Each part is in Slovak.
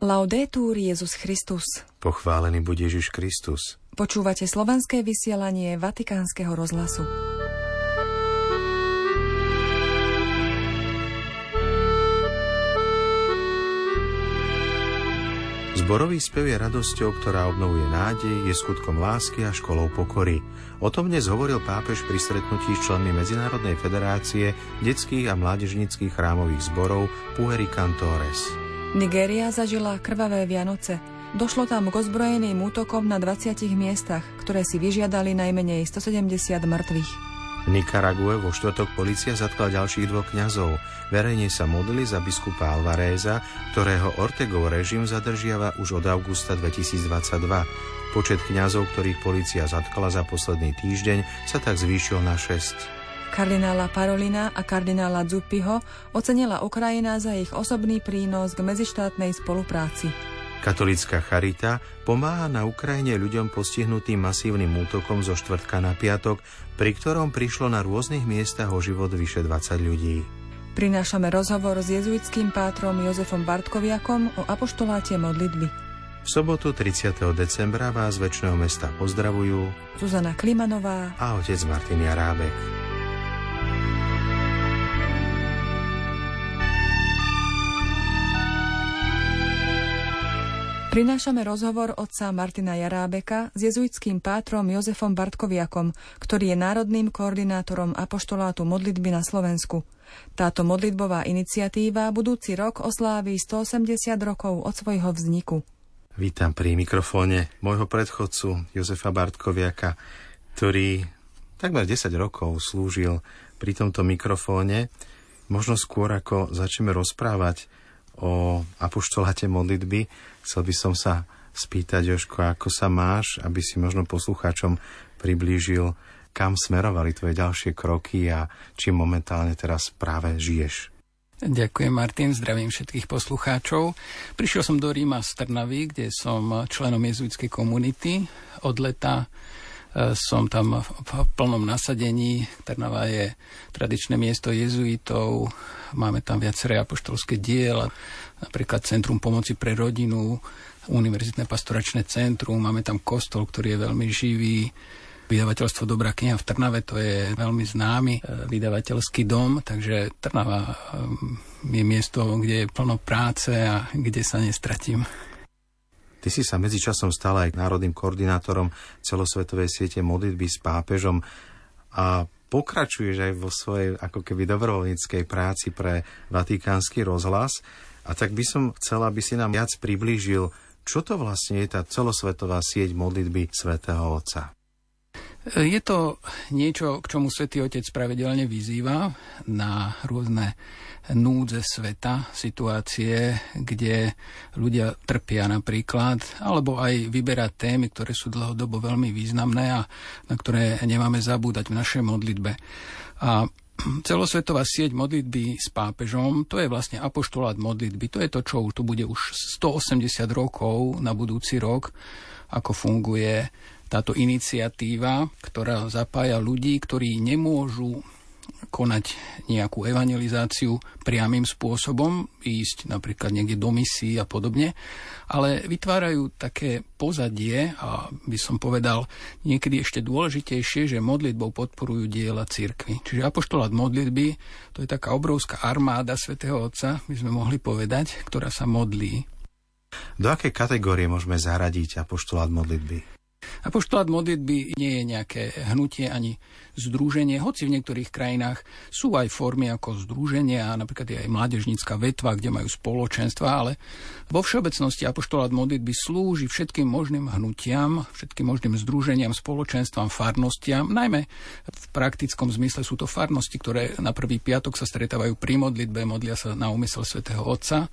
Laudetur Jesus Christus. Pochválený buď Ježiš Kristus. Počúvate slovenské vysielanie Vatikánskeho rozhlasu. Zborový spev je radosťou, ktorá obnovuje nádej, je skutkom lásky a školou pokory. O tom dnes hovoril pápež pri stretnutí s členmi Medzinárodnej federácie detských a mládežníckych chrámových zborov Pueri Cantores. Nigéria zažila krvavé Vianoce. Došlo tam k ozbrojeným útokom na 20 miestach, ktoré si vyžiadali najmenej 170 mŕtvych. V Nikarague vo štvrtok polícia zatkla ďalších 2 kňazov. Verejne sa modlili za biskupa Alvaréza, ktorého Ortegov režim zadržiava už od augusta 2022. Počet kňazov, ktorých polícia zatkla za posledný týždeň, sa tak zvýšil na 6. Kardinála Parolina a kardinála Zuppiho ocenila Ukrajina za ich osobný prínos k medzištátnej spolupráci. Katolícka charita pomáha na Ukrajine ľuďom postihnutým masívnym útokom zo štvrtka na piatok, pri ktorom prišlo na rôznych miestach o život vyše 20 ľudí. Prinášame rozhovor s jezuitským pátrom Jozefom Bartkoviakom o apoštoláte modlitby. V sobotu 30. decembra vás z Večného mesta pozdravujú Zuzana Klimanová a otec Martin Jarábek. Prinášame rozhovor otca Martina Jarábeka s jezuitským pátrom Jozefom Bartkoviakom, ktorý je národným koordinátorom apoštolátu modlitby na Slovensku. Táto modlitbová iniciatíva budúci rok oslávi 180 rokov od svojho vzniku. Vítam pri mikrofóne môjho predchodcu Jozefa Bartkoviaka, ktorý takmer 10 rokov slúžil pri tomto mikrofóne. Možno skôr, ako začneme rozprávať o apoštoláte modlitby, chcel by som sa spýtať, Jožko, ako sa máš, aby si možno poslucháčom priblížil, kam smerovali tvoje ďalšie kroky a čím momentálne teraz práve žiješ. Ďakujem, Martin, zdravím všetkých poslucháčov. Prišiel som do Ríma z Trnavy, kde som členom jezuitskej komunity. Od leta som tam v plnom nasadení. Trnava je tradičné miesto jezuitov, máme tam viaceré apoštolské diela, napríklad Centrum pomoci pre rodinu, Univerzitné pastoračné centrum, máme tam kostol, ktorý je veľmi živý, vydavateľstvo Dobrá kniha v Trnave, to je veľmi známy vydavateľský dom, takže Trnava je miesto, kde je plno práce a kde sa nestratím. Ty si sa medzičasom stal aj národným koordinátorom celosvetovej siete modlitby s pápežom a pokračuješ aj vo svojej ako keby dobrovoľníckej práci pre Vatikánsky rozhlas. A tak by som chcel, aby si nám viac priblížil, čo to vlastne je tá celosvetová sieť modlitby Svätého Otca. Je to niečo, k čomu Svätý Otec pravidelne vyzýva na rôzne núdze sveta, situácie, kde ľudia trpia napríklad, alebo aj vyberať témy, ktoré sú dlhodobo veľmi významné a na ktoré nemáme zabúdať v našej modlitbe. A celosvetová sieť modlitby s pápežom, to je vlastne apoštolát modlitby. To je to, čo tu bude už 180 rokov na budúci rok, ako funguje táto iniciatíva, ktorá zapája ľudí, ktorí nemôžu konať nejakú evangelizáciu priamym spôsobom, ísť napríklad niekde do misií a podobne, ale vytvárajú také pozadie a by som povedal niekedy ešte dôležitejšie, že modlitbou podporujú diela cirkvi. Čiže apoštolát modlitby, to je taká obrovská armáda Svätého Otca, by sme mohli povedať, ktorá sa modlí. Do akej kategórie môžeme zaradiť apoštolát modlitby? Apoštolát modlitby nie je nejaké hnutie ani združenie, hoci v niektorých krajinách sú aj formy ako združenia, napríklad je aj mládežnícka vetva, kde majú spoločenstva, ale vo všeobecnosti apoštolát modlitby slúži všetkým možným hnutiam, všetkým možným združeniam, spoločenstvám, farnostiam. Najmä v praktickom zmysle sú to farnosti, ktoré na prvý piatok sa stretávajú pri modlitbe, modlia sa na úmysel Svätého Otca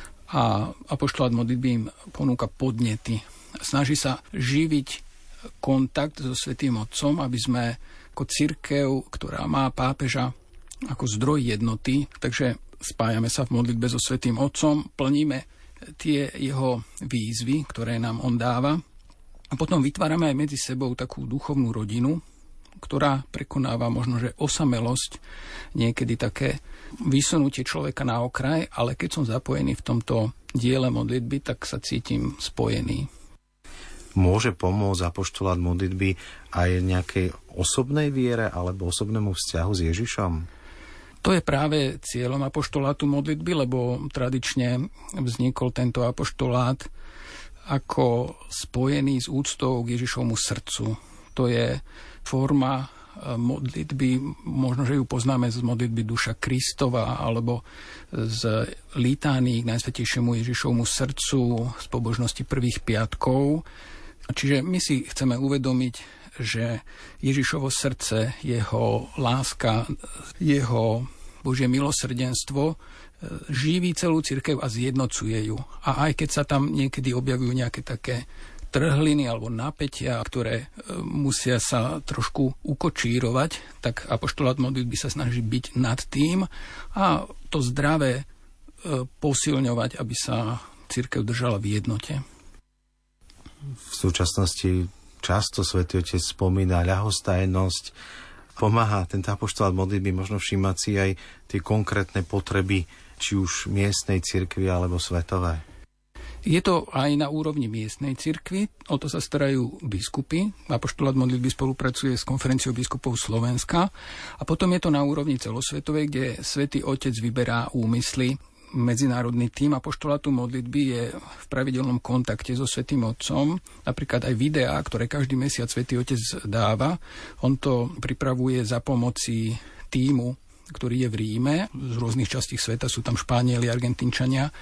a apoštolát modlitby im ponúka podnety. Snaží sa živiť kontakt so Svätým Otcom, aby sme ako cirkev, ktorá má pápeža ako zdroj jednoty, takže spájame sa v modlitbe so Svätým Otcom, plníme tie jeho výzvy, ktoré nám on dáva a potom vytvárame aj medzi sebou takú duchovnú rodinu, ktorá prekonáva možno, že osamelosť, niekedy také vysunutie človeka na okraj, ale keď som zapojený v tomto diele modlitby, tak sa cítim spojený. Môže pomôcť apoštolát modlitby aj nejakej osobnej viere alebo osobnému vzťahu s Ježišom? To je práve cieľom apoštolátu modlitby, lebo tradične vznikol tento apoštolát ako spojený s úctou k Ježišovmu srdcu. To je forma modlitby, možno, že ju poznáme z modlitby Duša Kristova alebo z litánií k Najsvätejšiemu Ježišovmu srdcu z pobožnosti prvých piatkov. Čiže my si chceme uvedomiť, že Ježišovo srdce, jeho láska, jeho Božie milosrdenstvo živí celú cirkev a zjednocuje ju. A aj keď sa tam niekedy objavujú nejaké také trhliny alebo napätia, ktoré musia sa trošku ukočírovať, tak apoštolát modlitby sa snaží byť nad tým a to zdravé posilňovať, aby sa cirkev držala v jednote. V súčasnosti často Svätý Otec spomína ľahostajnosť. Pomáha tento apoštolát modlitby možno všímať si aj tie konkrétne potreby, či už miestnej cirkvi alebo svetovej. Je to aj na úrovni miestnej cirkvi, o to sa starajú biskupy. Apoštolát modlitby spolupracuje s Konferenciou biskupov Slovenska a potom je to na úrovni celosvetovej, kde Svätý Otec vyberá úmysly. Medzinárodný tím apoštolátu modlitby je v pravidelnom kontakte so Svätým Otcom. Napríklad aj videá, ktoré každý mesiac Svätý Otec dáva. On to pripravuje za pomoci tímu, ktorý je v Ríme. Z rôznych častí sveta sú tam Španieli, Argentínčania.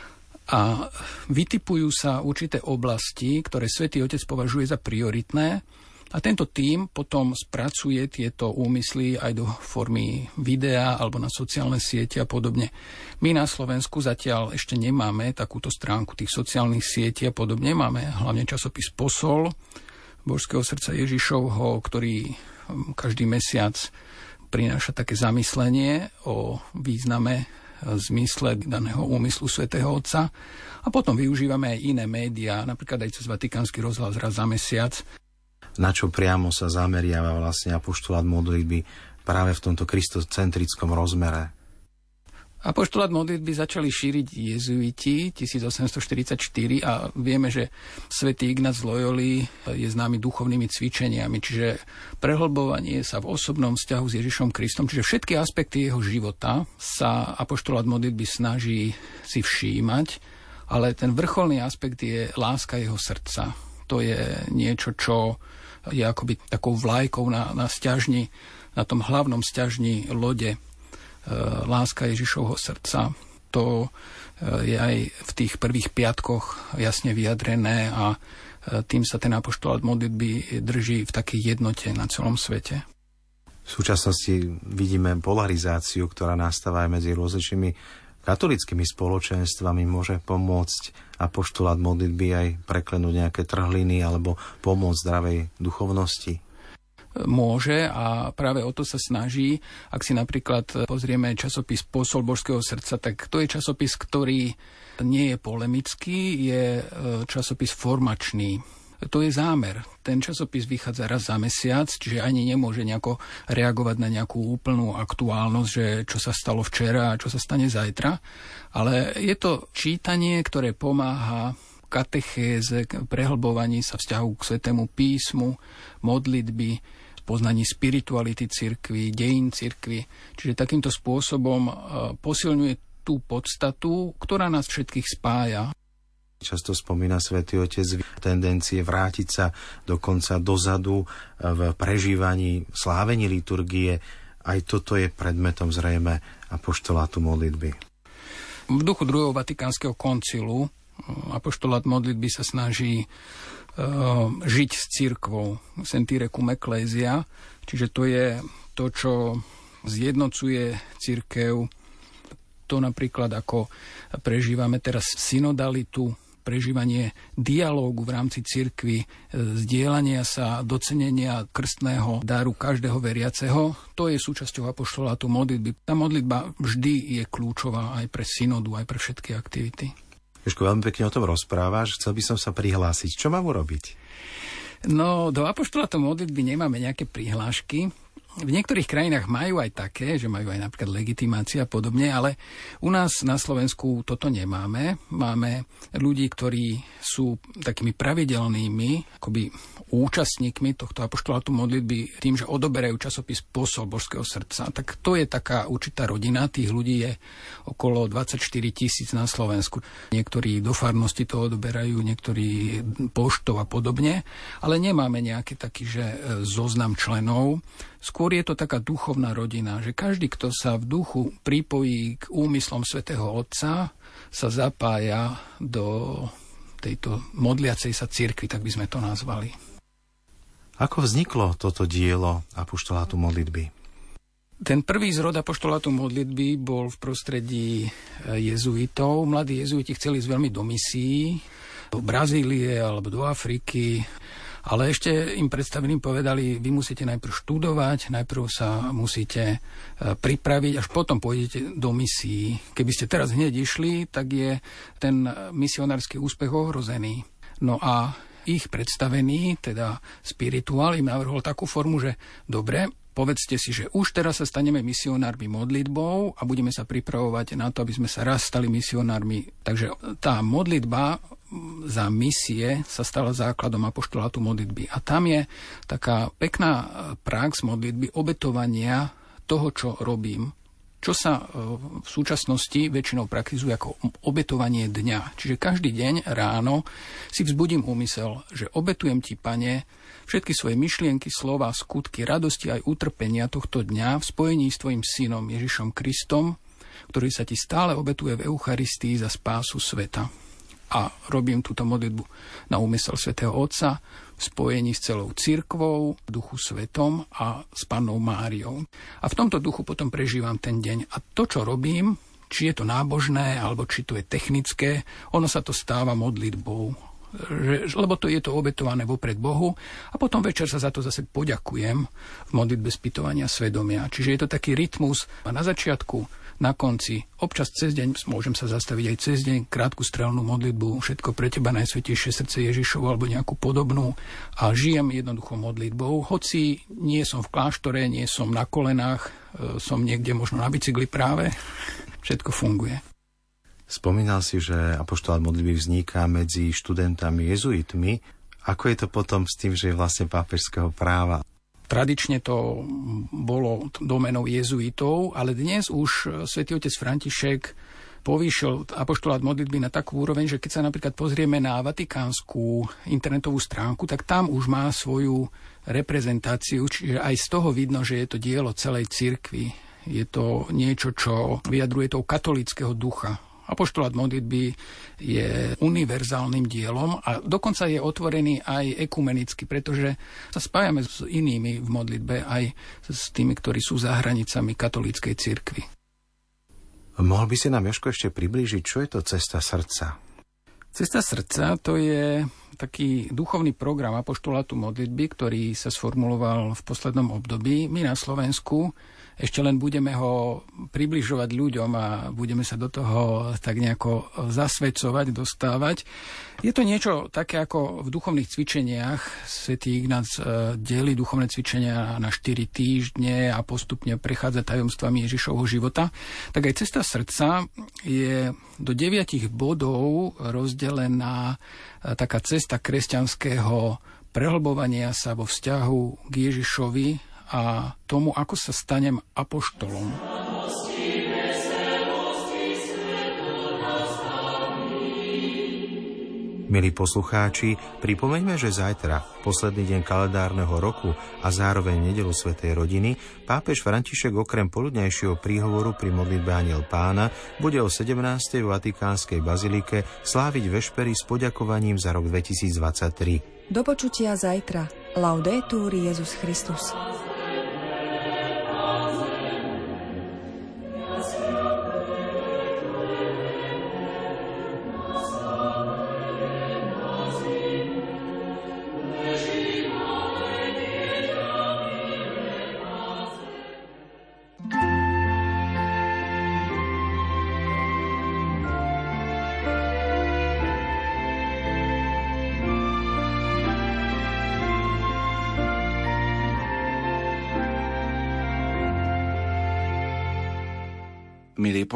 A vytipujú sa určité oblasti, ktoré Svätý Otec považuje za prioritné. A tento tím potom spracuje tieto úmysly aj do formy videa alebo na sociálne siete a podobne. My na Slovensku zatiaľ ešte nemáme takúto stránku tých sociálnych sietí a podobne. Máme hlavne časopis Posol Božského srdca Ježišovho, ktorý každý mesiac prináša také zamyslenie o význame, zmysle daného úmyslu Svätého Otca. A potom využívame aj iné médiá, napríklad aj cez Vatikánsky rozhlas raz za mesiac. Na čo priamo sa zameriava vlastne apoštolát modlitby práve v tomto kristocentrickom rozmere? Apoštolát modlitby začali šíriť jezuiti 1844 a vieme, že svätý Ignác z Loyoli je známy duchovnými cvičeniami, čiže prehlbovanie sa v osobnom vzťahu s Ježišom Kristom, čiže všetky aspekty jeho života sa apoštolát modlitby snaží si všímať, ale ten vrcholný aspekt je láska jeho srdca. To je niečo, čo je akoby takou vlajkou na sťažni, na tom hlavnom sťažni lode, láska Ježišovho srdca. To je aj v tých prvých piatkoch jasne vyjadrené a tým sa ten apoštolát modlitby drží v takej jednote na celom svete. V súčasnosti vidíme polarizáciu, ktorá nastáva aj medzi rôznymi katolickými spoločenstvami. Môže pomôcť apoštolát modlitby aj preklenúť nejaké trhliny alebo pomôcť zdravej duchovnosti? Môže a práve o to sa snaží. Ak si napríklad pozrieme časopis Posol Božského srdca, tak to je časopis, ktorý nie je polemický, je časopis formačný. To je zámer. Ten časopis vychádza raz za mesiac, čiže ani nemôže nejako reagovať na nejakú úplnú aktuálnosť, že čo sa stalo včera a čo sa stane zajtra. Ale je to čítanie, ktoré pomáha katechéze, prehlbovaní sa vzťahu k Svätému písmu, modlitby, poznaní spirituality cirkvi, dejín cirkvi. Čiže takýmto spôsobom posilňuje tú podstatu, ktorá nás všetkých spája. Často spomína Svätý Otec tendencie vrátiť sa dokonca dozadu v prežívaní slávení liturgie. Aj toto je predmetom zrejme apoštolátu modlitby. V duchu druhého Vatikánskeho koncilu apoštolát modlitby sa snaží žiť s cirkvou, sentire cum ecclesia, čiže to je to, čo zjednocuje cirkev. To napríklad, ako prežívame teraz synodalitu, prežívanie dialógu v rámci cirkvi, zdieľania sa, docenenia krstného daru každého veriaceho, to je súčasťou apoštolátu modlitby. Tá modlitba vždy je kľúčová aj pre synodu, aj pre všetky aktivity. Ježko, veľmi pekne o tom rozprávaš, chcel by som sa prihlásiť. Čo mám urobiť? No, do apoštolátu modlitby nemáme nejaké prihlášky. V niektorých krajinách majú aj také, že majú aj napríklad legitimácia a podobne, ale u nás na Slovensku toto nemáme. Máme ľudí, ktorí sú takými pravidelnými akoby účastníkmi tohto apoštolátu modlitby tým, že odoberajú časopis Posol Božského srdca. Tak to je taká určitá rodina. Tých ľudí je okolo 24 000 na Slovensku. Niektorí do farnosti to odoberajú, niektorí poštou a podobne, ale nemáme nejaký taký, že zoznam členov. Skôr je to taká duchovná rodina, že každý, kto sa v duchu pripojí k úmyslom svätého Otca, sa zapája do tejto modliacej sa cirkvi, tak by sme to nazvali. Ako vzniklo toto dielo apoštolátu modlitby? Ten prvý zrod apoštolátu modlitby bol v prostredí jezuitov. Mladí jezuiti chceli ísť veľmi do misií, do Brazílie alebo do Afriky, ale ešte im predstaveným povedali, vy musíte najprv študovať, najprv sa musíte pripraviť, až potom pôjdete do misií. Keby ste teraz hneď išli, tak je ten misionársky úspech ohrozený. No a ich predstavený, teda spirituál, im navrhol takú formu, že dobre, povedzte si, že už teraz sa staneme misionármi modlitbou a budeme sa pripravovať na to, aby sme sa raz stali misionármi. Takže tá modlitba za misie sa stala základom apoštolátu modlitby. A tam je taká pekná prax modlitby obetovania toho, čo robím, čo sa v súčasnosti väčšinou praktizuje ako obetovanie dňa. Čiže každý deň ráno si vzbudím úmysel, že obetujem ti, Pane, všetky svoje myšlienky, slova, skutky, radosti aj utrpenia tohto dňa v spojení s tvojim synom Ježišom Kristom, ktorý sa ti stále obetuje v Eucharistii za spásu sveta. A robím túto modlitbu na úmysel svätého Otca v spojení s celou cirkvou, Duchu Svetom a s Pannou Máriou. A v tomto duchu potom prežívam ten deň. A to, čo robím, či je to nábožné, alebo či to je technické, ono sa to stáva modlitbou. Lebo to je to obetované vopred Bohu a potom večer sa za to zase poďakujem v modlitbe spytovania svedomia. Čiže je to taký rytmus a na začiatku, na konci, občas cez deň, môžem sa zastaviť aj cez deň, krátku strelnú modlitbu, všetko pre teba, Najsvätejšie srdce Ježišovo alebo nejakú podobnú a žijem jednoducho modlitbou. Hoci nie som v kláštore, nie som na kolenách, som niekde možno na bicykli práve, všetko funguje. Spomínal si, že apoštolát modlitby vzniká medzi študentami jezuitmi. Ako je to potom s tým, že je vlastne pápežského práva? Tradične to bolo domenou jezuitov, ale dnes už svätý otec František povýšil apoštolát modlitby na takú úroveň, že keď sa napríklad pozrieme na vatikánsku internetovú stránku, tak tam už má svoju reprezentáciu, čiže aj z toho vidno, že je to dielo celej cirkvi. Je to niečo, čo vyjadruje toho katolíckeho ducha. Apoštolát modlitby je univerzálnym dielom a dokonca je otvorený aj ekumenicky, pretože sa spájame s inými v modlitbe, aj s tými, ktorí sú za hranicami katolíckej cirkvi. Mohol by si nám, Jožko, ešte priblížiť, čo je to Cesta srdca? Cesta srdca to je taký duchovný program apoštolátu modlitby, ktorý sa sformuloval v poslednom období. My na Slovensku ešte len budeme ho približovať ľuďom a budeme sa do toho tak nejako zasvedcovať, dostávať. Je to niečo také ako v duchovných cvičeniach. Svätý Ignác delí duchovné cvičenia na 4 týždne a postupne prechádza tajomstvami Ježišovho života. Tak aj Cesta srdca je do 9 bodov rozdelená taká cesta kresťanského prehlbovania sa vo vzťahu k Ježišovi a tomu, ako sa stanem apoštolom. Milí poslucháči, pripomeňme, že zajtra, posledný deň kalendárneho roku a zároveň nedeľu svätej rodiny, pápež František okrem poludňajšieho príhovoru pri modlitbe Anjel Pána bude o 17. v Vatikánskej bazilike sláviť vešpery s poďakovaním za rok 2023. Do počutia zajtra. Laudetur Jesus Christus. milí